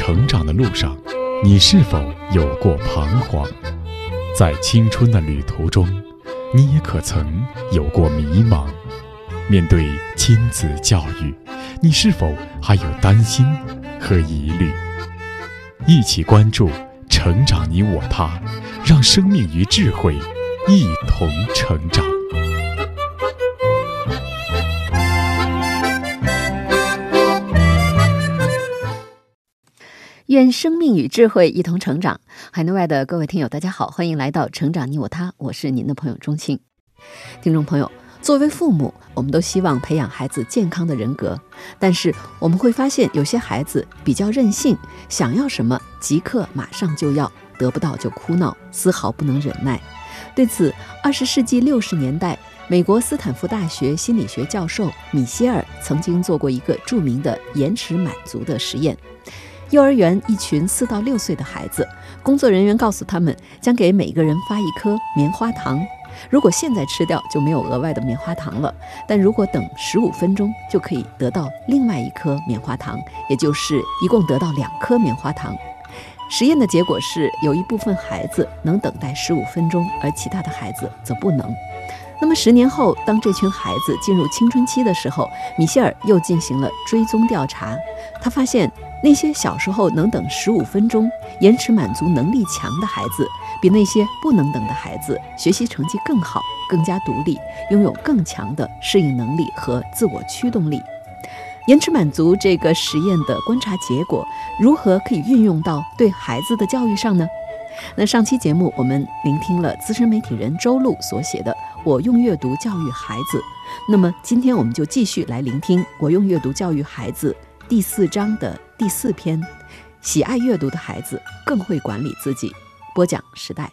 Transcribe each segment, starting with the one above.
成长的路上，你是否有过彷徨？在青春的旅途中，你也可曾有过迷茫？面对亲子教育，你是否还有担心和疑虑？一起关注成长你我他，让生命与智慧一同成长。 愿生命与智慧一同成长。海内外的各位听友大家好，欢迎来到成长你我他，我是您的朋友钟庆。听众朋友，作为父母，我们都希望培养孩子健康的人格，但是我们会发现有些孩子比较任性，想要什么即刻马上就要，得不到就哭闹，丝毫不能忍耐。对此，20世纪60年代美国斯坦福大学心理学教授米歇尔曾经做过一个著名的延迟满足的实验。幼儿园一群4到6岁的孩子，工作人员告诉他们将给每个人发一颗棉花糖，如果现在吃掉就没有额外的棉花糖了，但如果等15分钟就可以得到另外一颗棉花糖，也就是一共得到2颗棉花糖。实验的结果是，有一部分孩子能等待15分钟，而其他的孩子则不能。那么10年后，当这群孩子进入青春期的时候，米歇尔又进行了追踪调查。他发现那些小时候能等15分钟、延迟满足能力强的孩子，比那些不能等的孩子学习成绩更好，更加独立，拥有更强的适应能力和自我驱动力。延迟满足这个实验的观察结果，如何可以运用到对孩子的教育上呢？那上期节目我们聆听了资深媒体人周璐所写的《我用阅读教育孩子》，那么今天我们就继续来聆听《我用阅读教育孩子》第4章的第4篇，喜爱阅读的孩子更会管理自己。播讲时代。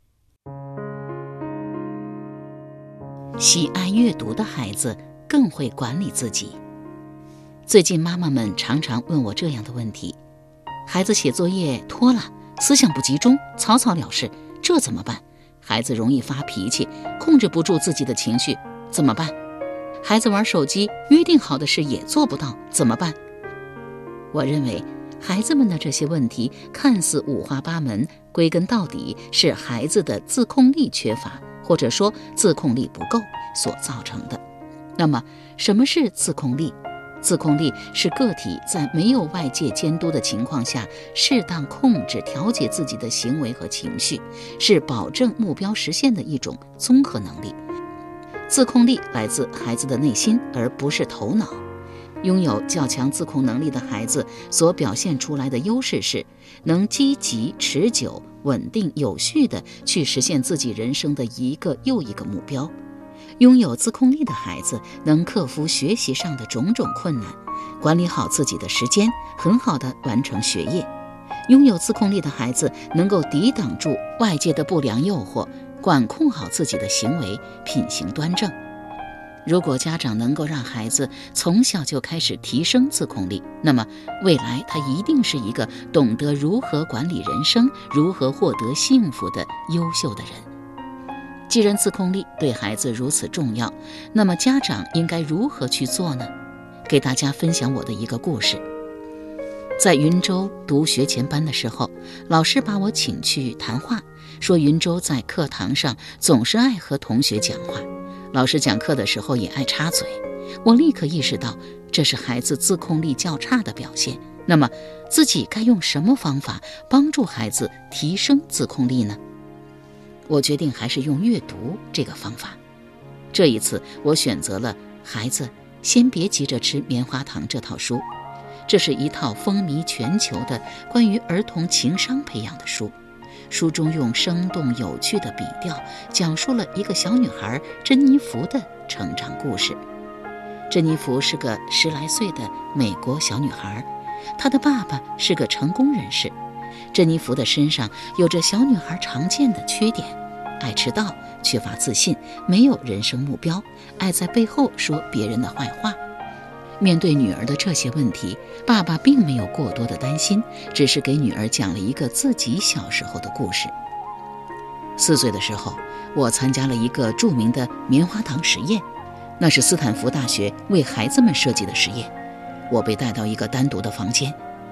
喜爱阅读的孩子更会管理自己。最近妈妈们常常问我这样的问题：孩子写作业拖了，思想不集中，草草了事，这怎么办？孩子容易发脾气，控制不住自己的情绪，怎么办？孩子玩手机，约定好的事也做不到，怎么办？我认为孩子们的这些问题看似五花八门，归根到底是孩子的自控力缺乏，或者说自控力不够所造成的。那么什么是自控力？自控力是个体在没有外界监督的情况下，适当控制调节自己的行为和情绪，是保证目标实现的一种综合能力。自控力来自孩子的内心，而不是头脑。拥有较强自控能力的孩子所表现出来的优势是，能积极、持久、稳定、有序地去实现自己人生的一个又一个目标。拥有自控力的孩子能克服学习上的种种困难，管理好自己的时间，很好地完成学业。拥有自控力的孩子能够抵挡住外界的不良诱惑，管控好自己的行为，品行端正。如果家长能够让孩子从小就开始提升自控力，那么未来他一定是一个懂得如何管理人生、如何获得幸福的优秀的人。既然自控力对孩子如此重要，那么家长应该如何去做呢？给大家分享我的一个故事。在云州读学前班的时候，老师把我请去谈话，说云州在课堂上总是爱和同学讲话，老师讲课的时候也爱插嘴。我立刻意识到这是孩子自控力较差的表现，那么自己该用什么方法帮助孩子提升自控力呢？我决定还是用阅读这个方法。这一次我选择了《孩子先别急着吃棉花糖》这套书，这是一套风靡全球的关于儿童情商培养的书。书中用生动有趣的笔调讲述了一个小女孩珍妮弗的成长故事。珍妮弗是个10来岁的美国小女孩，她的爸爸是个成功人士。珍妮弗的身上有着小女孩常见的缺点，爱迟到，缺乏自信，没有人生目标，爱在背后说别人的坏话。面对女儿的这些问题，爸爸并没有过多的担心，只是给女儿讲了一个自己小时候的故事。4岁的时候，我参加了一个著名的棉花糖实验，那是斯坦福大学为孩子们设计的实验。我被带到一个单独的房间，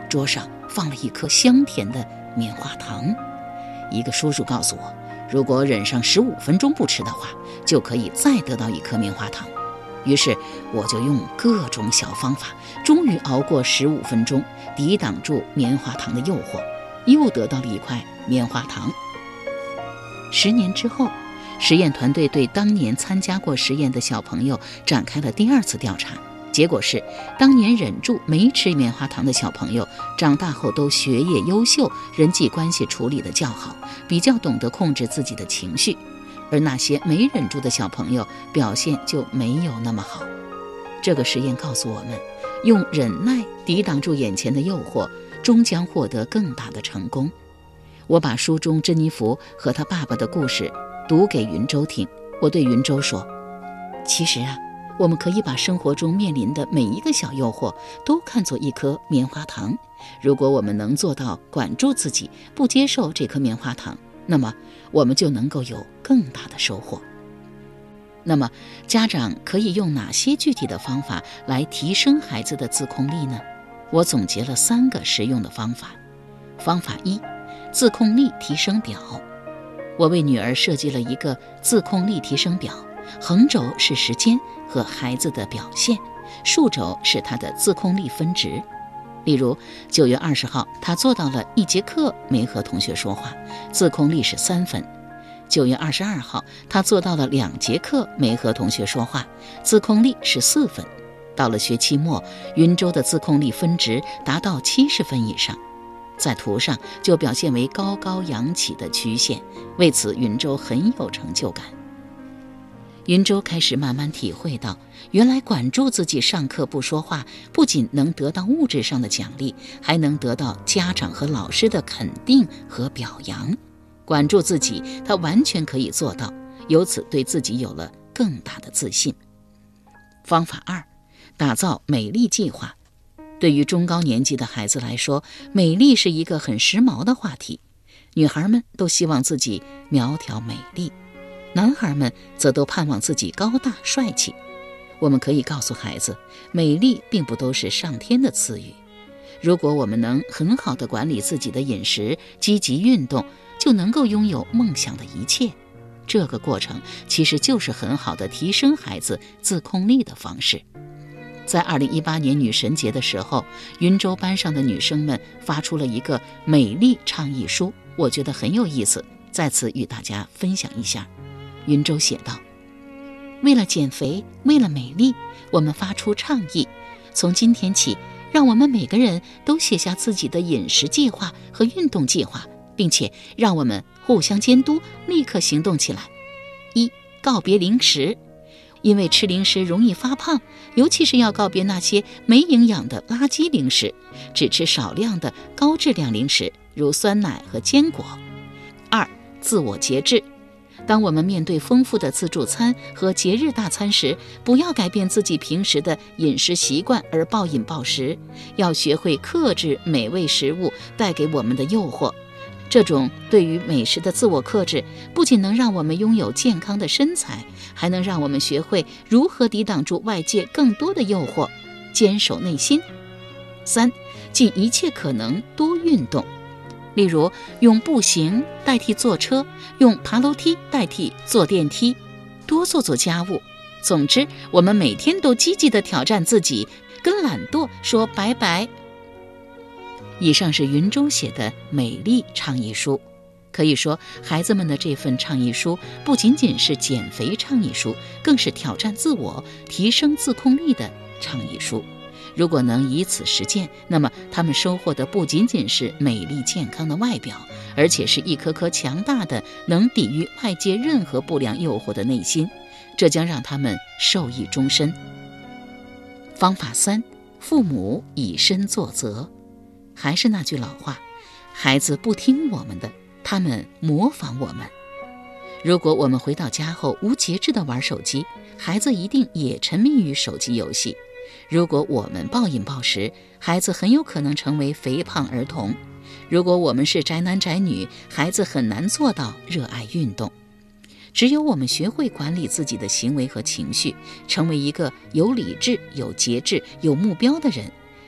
桌上放了一颗香甜的棉花糖。一个叔叔告诉我，如果忍上15分钟不吃的话，就可以再得到一颗棉花糖。于是我就用各种小方法，终于熬过15分钟，抵挡住棉花糖的诱惑，又得到了一块棉花糖。10年之后，实验团队对当年参加过实验的小朋友展开了第2次调查，结果是当年忍住没吃棉花糖的小朋友，长大后都学业优秀，人际关系处理得较好，比较懂得控制自己的情绪，而那些没忍住的小朋友表现就没有那么好。这个实验告诉我们，用忍耐抵挡住眼前的诱惑，终将获得更大的成功。我把书中珍妮弗和她爸爸的故事读给云州听，我对云州说，其实啊，我们可以把生活中面临的每一个小诱惑都看作一颗棉花糖，如果我们能做到管住自己，不接受这颗棉花糖，那么我们就能够有更大的收获。那么家长可以用哪些具体的方法来提升孩子的自控力呢？我总结了3个实用的方法。方法1，自控力提升表。我为女儿设计了一个自控力提升表，横轴是时间和孩子的表现，竖轴是她的自控力分值。例如9月20号，她做到了1节课没和同学说话，自控力是3分。9月22号，她做到了2节课没和同学说话，自控力是4分。到了学期末，云州的自控力分值达到70分以上，在图上就表现为高高扬起的曲线，为此云州很有成就感。云州开始慢慢体会到，原来管住自己上课不说话，不仅能得到物质上的奖励，还能得到家长和老师的肯定和表扬。管住自己，他完全可以做到，由此对自己有了更大的自信。方法2，打造美丽计划。对于中高年级的孩子来说，美丽是一个很时髦的话题。女孩们都希望自己苗条美丽，男孩们则都盼望自己高大帅气。我们可以告诉孩子，美丽并不都是上天的赐予。如果我们能很好地管理自己的饮食，积极运动，就能够拥有梦想的一切。这个过程其实就是很好的提升孩子自控力的方式。在2018年女神节的时候，云州班上的女生们发出了一个美丽倡议书，我觉得很有意思，在此与大家分享一下。云州写道，为了减肥，为了美丽，我们发出倡议，从今天起，让我们每个人都写下自己的饮食计划和运动计划，并且让我们互相监督，立刻行动起来。1. 告别零食，因为吃零食容易发胖，尤其是要告别那些没营养的垃圾零食，只吃少量的高质量零食，如酸奶和坚果。2. 自我节制，当我们面对丰富的自助餐和节日大餐时，不要改变自己平时的饮食习惯而暴饮暴食，要学会克制美味食物带给我们的诱惑。这种对于美食的自我克制，不仅能让我们拥有健康的身材，还能让我们学会如何抵挡住外界更多的诱惑，坚守内心。3. 尽一切可能多运动，例如用步行代替坐车，用爬楼梯代替坐电梯，多做做家务。总之，我们每天都积极地挑战自己，跟懒惰说拜拜。以上是云州写的美丽倡议书。可以说，孩子们的这份倡议书不仅仅是减肥倡议书，更是挑战自我、提升自控力的倡议书。如果能以此实践，那么他们收获的不仅仅是美丽健康的外表，而且是一颗颗强大的能抵御外界任何不良诱惑的内心，这将让他们受益终身。方法3，父母以身作则。还是那句老话，孩子不听我们的，他们模仿我们。如果我们回到家后无节制地玩手机，孩子一定也沉迷于手机游戏。如果我们暴饮暴食，孩子很有可能成为肥胖儿童。如果我们是宅男宅女，孩子很难做到热爱运动。只有我们学会管理自己的行为和情绪，成为一个有理智、有节制、有目标的人，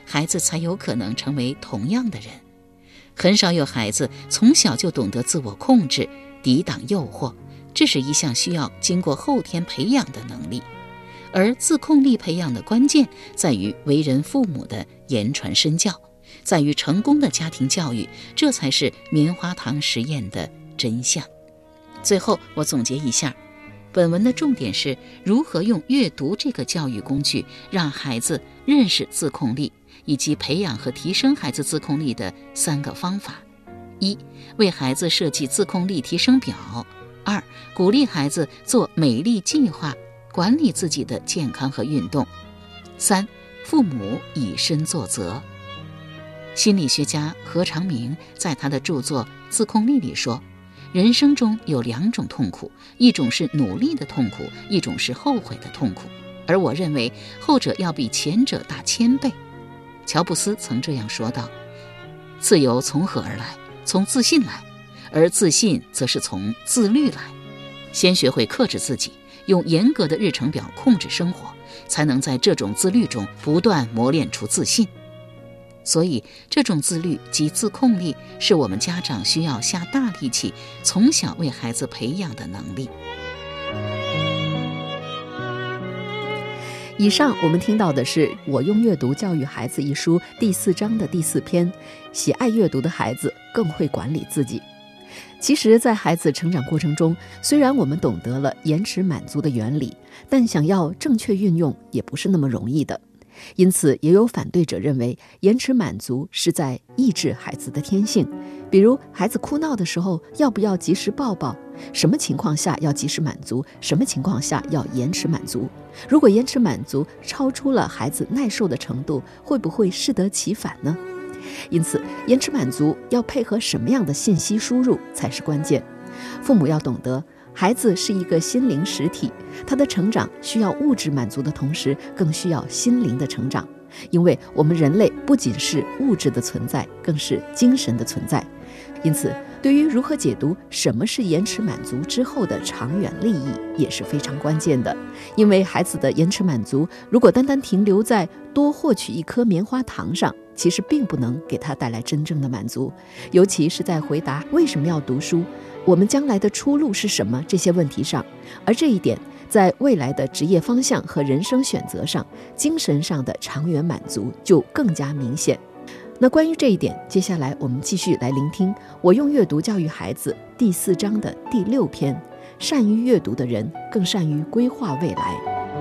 孩子才有可能成为同样的人。很少有孩子从小就懂得自我控制、抵挡诱惑，这是一项需要经过后天培养的能力。而自控力培养的关键在于为人父母的言传身教，在于成功的家庭教育，这才是棉花糖实验的真相。最后我总结一下，本文的重点是如何用阅读这个教育工具让孩子认识自控力，以及培养和提升孩子自控力的3个方法。1. 为孩子设计自控力提升表。2. 鼓励孩子做美丽计划，管理自己的健康和运动。3. 父母以身作则。心理学家何长明在他的著作《自控力》里说，人生中有2种痛苦，一种是努力的痛苦，一种是后悔的痛苦，而我认为后者要比前者大1000倍。乔布斯曾这样说道，自由从何而来？从自信来，而自信则是从自律来。先学会克制自己，用严格的日程表控制生活，才能在这种自律中不断磨练出自信。所以这种自律及自控力是我们家长需要下大力气从小为孩子培养的能力。 以上我们听到的是《我用阅读教育孩子》一书第4章的第4篇，喜爱阅读的孩子更会管理自己。其实在孩子成长过程中，虽然我们懂得了延迟满足的原理，但想要正确运用也不是那么容易的。因此也有反对者认为延迟满足是在抑制孩子的天性，比如孩子哭闹的时候要不要及时抱抱，什么情况下要及时满足，什么情况下要延迟满足，如果延迟满足超出了孩子耐受的程度，会不会适得其反呢？因此延迟满足要配合什么样的信息输入才是关键。父母要懂得孩子是一个心灵实体，他的成长需要物质满足的同时，更需要心灵的成长。因为我们人类不仅是物质的存在，更是精神的存在。因此，对于如何解读什么是延迟满足之后的长远利益也是非常关键的。因为孩子的延迟满足如果单单停留在多获取一颗棉花糖上，其实并不能给他带来真正的满足。尤其是在回答为什么要读书，我们将来的出路是什么这些问题上，而这一点在未来的职业方向和人生选择上，精神上的长远满足就更加明显。那关于这一点，接下来我们继续来聆听我用阅读教育孩子第4章的第6篇，善于阅读的人更善于规划未来。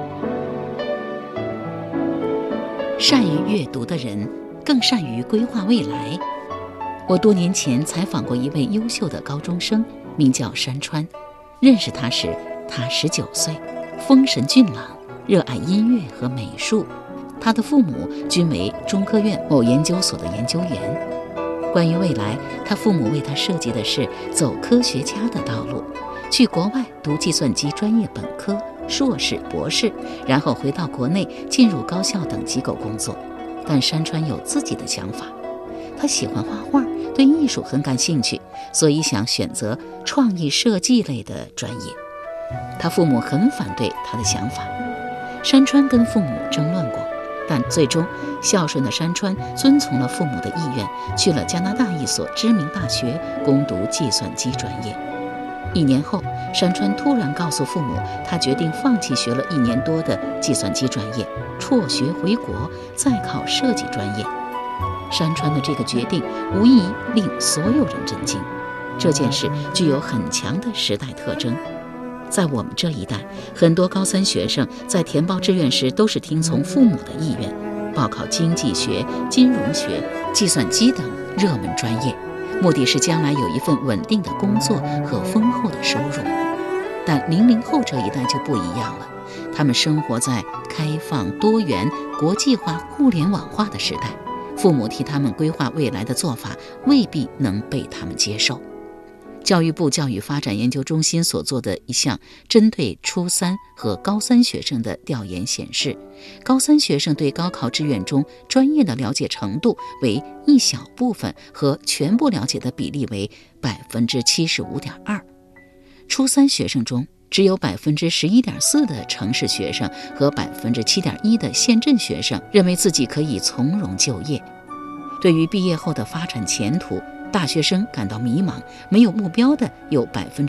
善于阅读的人更善于规划未来。我多年前采访过一位优秀的高中生，名叫山川。认识他时，他19岁，风神俊朗，热爱音乐和美术。他的父母均为中科院某研究所的研究员。关于未来，他父母为他设计的是走科学家的道路，去国外读计算机专业本科、硕士、博士，然后回到国内进入高校等机构工作。但山川有自己的想法，他喜欢画画，对艺术很感兴趣，所以想选择创意设计类的专业。他父母很反对他的想法，山川跟父母争论过，但最终孝顺的山川遵从了父母的意愿，去了加拿大一所知名大学攻读计算机专业。1年后，山川突然告诉父母，他决定放弃学了1年多的计算机专业，辍学回国，再考设计专业。山川的这个决定无疑令所有人震惊，这件事具有很强的时代特征。在我们这一代，很多高3学生在填报志愿时都是听从父母的意愿，报考经济学、金融学、计算机等热门专业，目的是将来有一份稳定的工作和丰厚的收入。但00后这一代就不一样了，他们生活在开放、多元、国际化、互联网化的时代，父母替他们规划未来的做法未必能被他们接受。教育部教育发展研究中心所做的一项针对初3和高3学生的调研显示，高3学生对高考志愿中专业的了解程度为一小部分，和全部了解的比例为 75.2%。初3学生中只只有 11.4% 的城市学生和 7.1% 的县镇学生认为自己可以从容就业。对于毕业后的发展前途，大学生感到迷茫，没有目标的有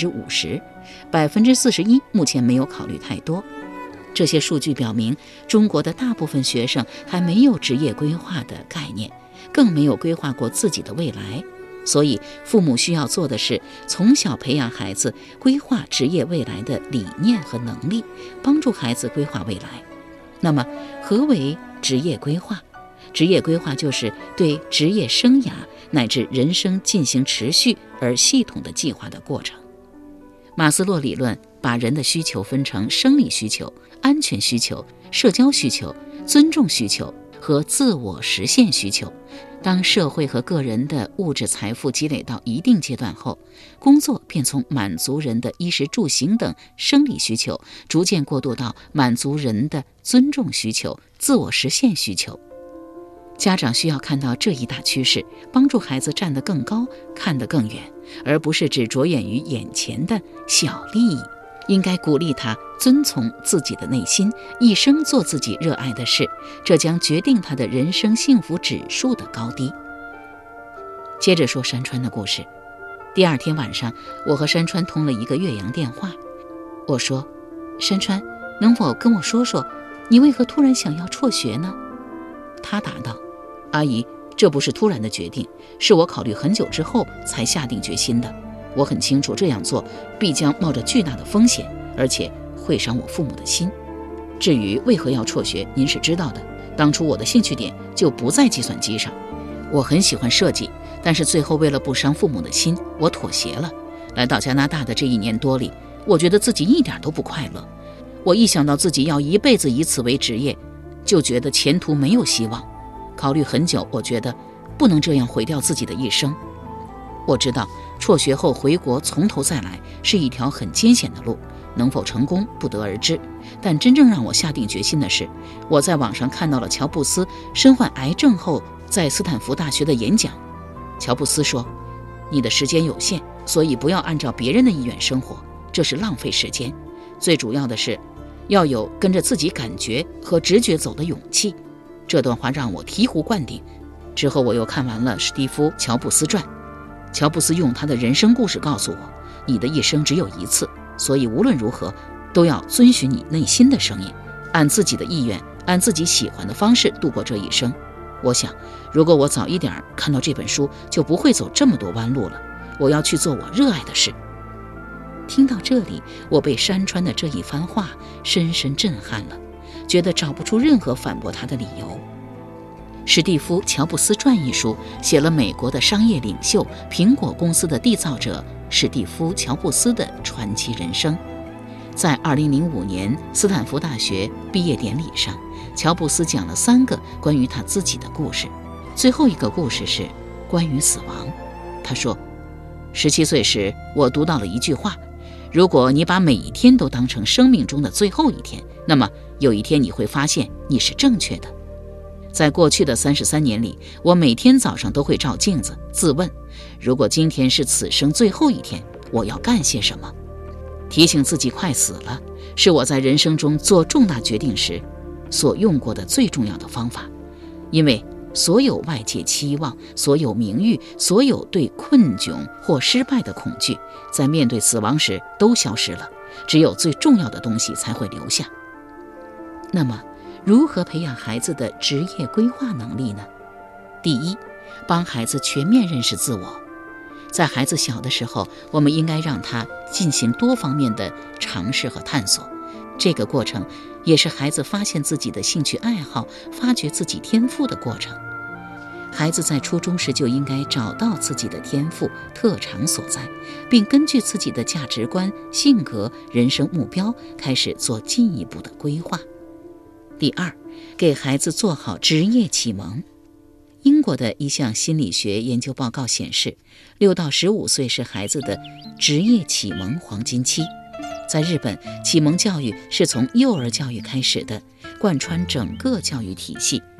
50%，41% 目前没有考虑太多。这些数据表明，中国的大部分学生还没有职业规划的概念，更没有规划过自己的未来。所以父母需要做的是从小培养孩子规划职业未来的理念和能力，帮助孩子规划未来。那么何为职业规划？职业规划就是对职业生涯乃至人生进行持续而系统的计划的过程。马斯洛理论把人的需求分成生理需求、安全需求、社交需求、尊重需求和自我实现需求。当社会和个人的物质财富积累到一定阶段后，工作便从满足人的衣食住行等生理需求，逐渐过渡到满足人的尊重需求、自我实现需求。家长需要看到这一大趋势，帮助孩子站得更高，看得更远，而不是只着眼于眼前的小利益。应该鼓励他遵从自己的内心，一生做自己热爱的事，这将决定他的人生幸福指数的高低。接着说山川的故事。第二天晚上，我和山川通了一个越洋电话。我说：山川，能否跟我说说，你为何突然想要辍学呢？他答道：阿姨，这不是突然的决定，是我考虑很久之后才下定决心的。我很清楚这样做必将冒着巨大的风险，而且会伤我父母的心。至于为何要辍学，您是知道的。当初我的兴趣点就不在计算机上，我很喜欢设计，但是最后为了不伤父母的心，我妥协了。来到加拿大的这1年多里，我觉得自己一点都不快乐。我一想到自己要一辈子以此为职业，就觉得前途没有希望。考虑很久，我觉得不能这样毁掉自己的一生。我知道辍学后回国从头再来是一条很艰险的路，能否成功不得而知。但真正让我下定决心的是，我在网上看到了乔布斯身患癌症后在斯坦福大学的演讲。乔布斯说：你的时间有限，所以不要按照别人的意愿生活，这是浪费时间。最主要的是要有跟着自己感觉和直觉走的勇气。这段话让我醍醐灌顶。之后我又看完了史蒂夫·乔布斯传。乔布斯用他的人生故事告诉我，你的一生只有一次，所以无论如何都要遵循你内心的声音，按自己的意愿，按自己喜欢的方式度过这一生。我想，如果我早一点看到这本书，就不会走这么多弯路了。我要去做我热爱的事。听到这里，我被山川的这一番话深深震撼了，觉得找不出任何反驳他的理由。史蒂夫·乔布斯传一书写了美国的商业领袖、苹果公司的缔造者史蒂夫·乔布斯的传奇人生。在2005年斯坦福大学毕业典礼上，乔布斯讲了3个关于他自己的故事。最后一个故事是关于死亡。他说，17岁时我读到了一句话，如果你把每一天都当成生命中的最后一天，那么有一天你会发现你是正确的。在过去的33年里，我每天早上都会照镜子，自问，如果今天是此生最后一天，我要干些什么？提醒自己快死了，是我在人生中做重大决定时所用过的最重要的方法。因为所有外界期望，所有名誉，所有对困窘或失败的恐惧，在面对死亡时都消失了，只有最重要的东西才会留下。那么如何培养孩子的职业规划能力呢？第一，帮孩子全面认识自我。在孩子小的时候，我们应该让他进行多方面的尝试和探索，这个过程也是孩子发现自己的兴趣爱好、发掘自己天赋的过程。孩子在初中时就应该找到自己的天赋、特长所在，并根据自己的价值观、性格、人生目标开始做进一步的规划。第二，给孩子做好职业启蒙。英国的一项心理学研究报告显示，6到15岁是孩子的职业启蒙黄金期。在日本，启蒙教育是从幼儿教育开始的，贯穿整个教育体系。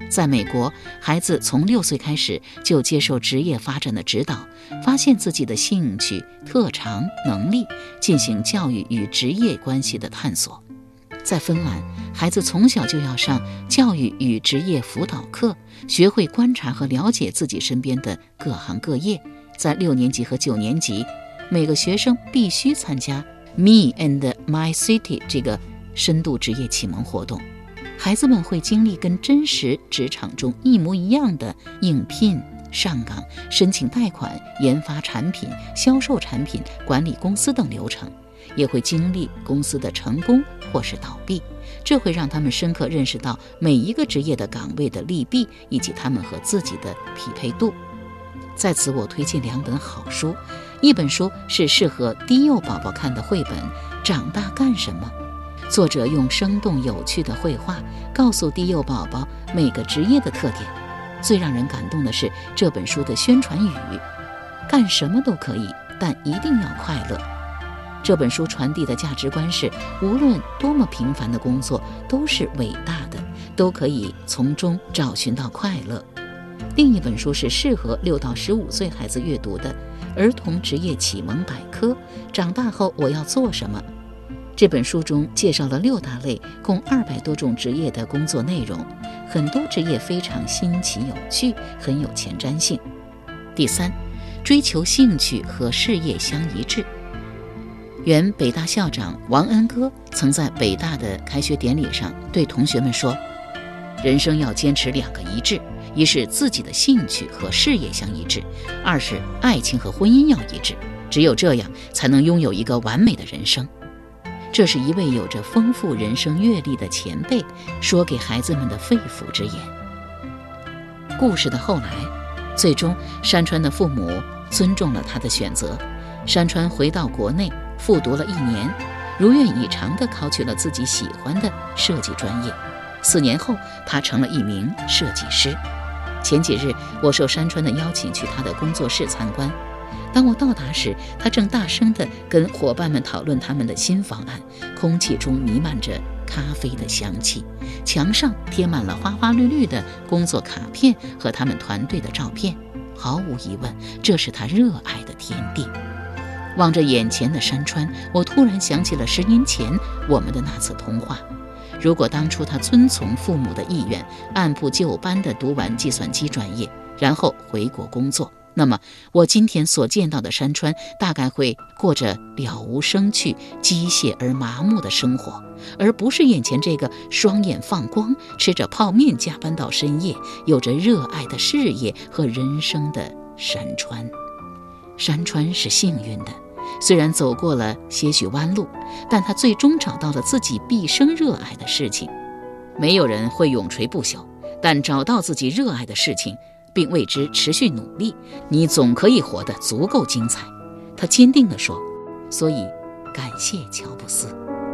在美国，孩子从6岁开始就接受职业发展的指导，发现自己的兴趣、特长、能力，进行教育与职业关系的探索。在芬兰，孩子从小就要上教育与职业辅导课，学会观察和了解自己身边的各行各业。在6年级和9年级，每个学生必须参加 Me and My City 这个深度职业启蒙活动。孩子们会经历跟真实职场中一模一样的应聘、上岗、申请贷款、研发产品、销售产品、管理公司等流程，也会经历公司的成功或是倒闭。这会让他们深刻认识到每一个职业的岗位的利弊，以及他们和自己的匹配度。在此，我推荐2本好书，一本书是适合低幼宝宝看的绘本《长大干什么》，作者用生动有趣的绘画告诉低幼宝宝每个职业的特点。最让人感动的是这本书的宣传语：干什么都可以，但一定要快乐。这本书传递的价值观是，无论多么平凡的工作都是伟大的，都可以从中找寻到快乐。另一本书是适合6到15岁孩子阅读的《儿童职业启蒙百科：长大后我要做什么》。这本书中介绍了6大类共200多种职业的工作内容，很多职业非常新奇有趣，很有前瞻性。第3，追求兴趣和事业相一致。原北大校长王恩歌曾在北大的开学典礼上对同学们说，人生要坚持2个一致，一是自己的兴趣和事业相一致，2是爱情和婚姻要一致，只有这样才能拥有一个完美的人生。这是一位有着丰富人生阅历的前辈说给孩子们的肺腑之言。故事的后来，最终山川的父母尊重了他的选择，山川回到国内复读了1年，如愿以偿地考取了自己喜欢的设计专业。4年后，他成了一名设计师。前几日，我受山川的邀请去他的工作室参观。当我到达时，他正大声地跟伙伴们讨论他们的新方案，空气中弥漫着咖啡的香气，墙上贴满了花花绿绿的工作卡片和他们团队的照片。毫无疑问，这是他热爱的天地。望着眼前的山川，我突然想起了10年前我们的那次通话。如果当初他遵从父母的意愿，按部就班地读完计算机专业，然后回国工作，那么我今天所见到的山川大概会过着了无生趣、机械而麻木的生活，而不是眼前这个双眼放光、吃着泡面加班到深夜、有着热爱的事业和人生的山川。山川是幸运的，虽然走过了些许弯路，但他最终找到了自己毕生热爱的事情。没有人会永垂不朽，但找到自己热爱的事情并为之持续努力，你总可以活得足够精彩。他坚定地说，所以感谢乔布斯。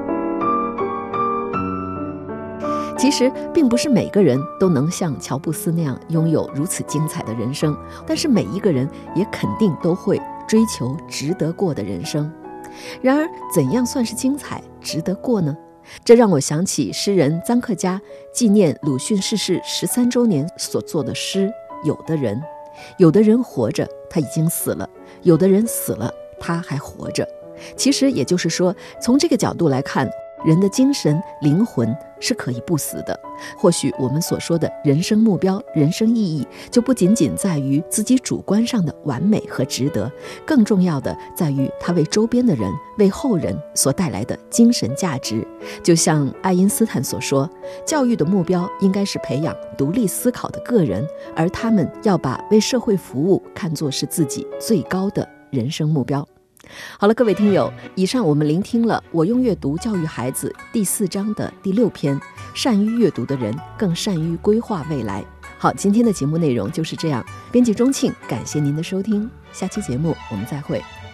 其实并不是每个人都能像乔布斯那样拥有如此精彩的人生，但是每一个人也肯定都会追求值得过的人生。然而怎样算是精彩值得过呢？这让我想起诗人臧克家纪念鲁迅逝世13周年所作的诗，有的人活着他已经死了，有的人死了他还活着。其实也就是说，从这个角度来看，人的精神灵魂是可以不死的。或许我们所说的人生目标、人生意义，就不仅仅在于自己主观上的完美和值得，更重要的在于它为周边的人、为后人所带来的精神价值。就像爱因斯坦所说，教育的目标应该是培养独立思考的个人，而他们要把为社会服务看作是自己最高的人生目标。好了，各位听友，以上我们聆听了《我用阅读教育孩子》第4章的第6篇，善于阅读的人更善于规划未来。好，今天的节目内容就是这样。编辑钟庆，感谢您的收听，下期节目我们再会。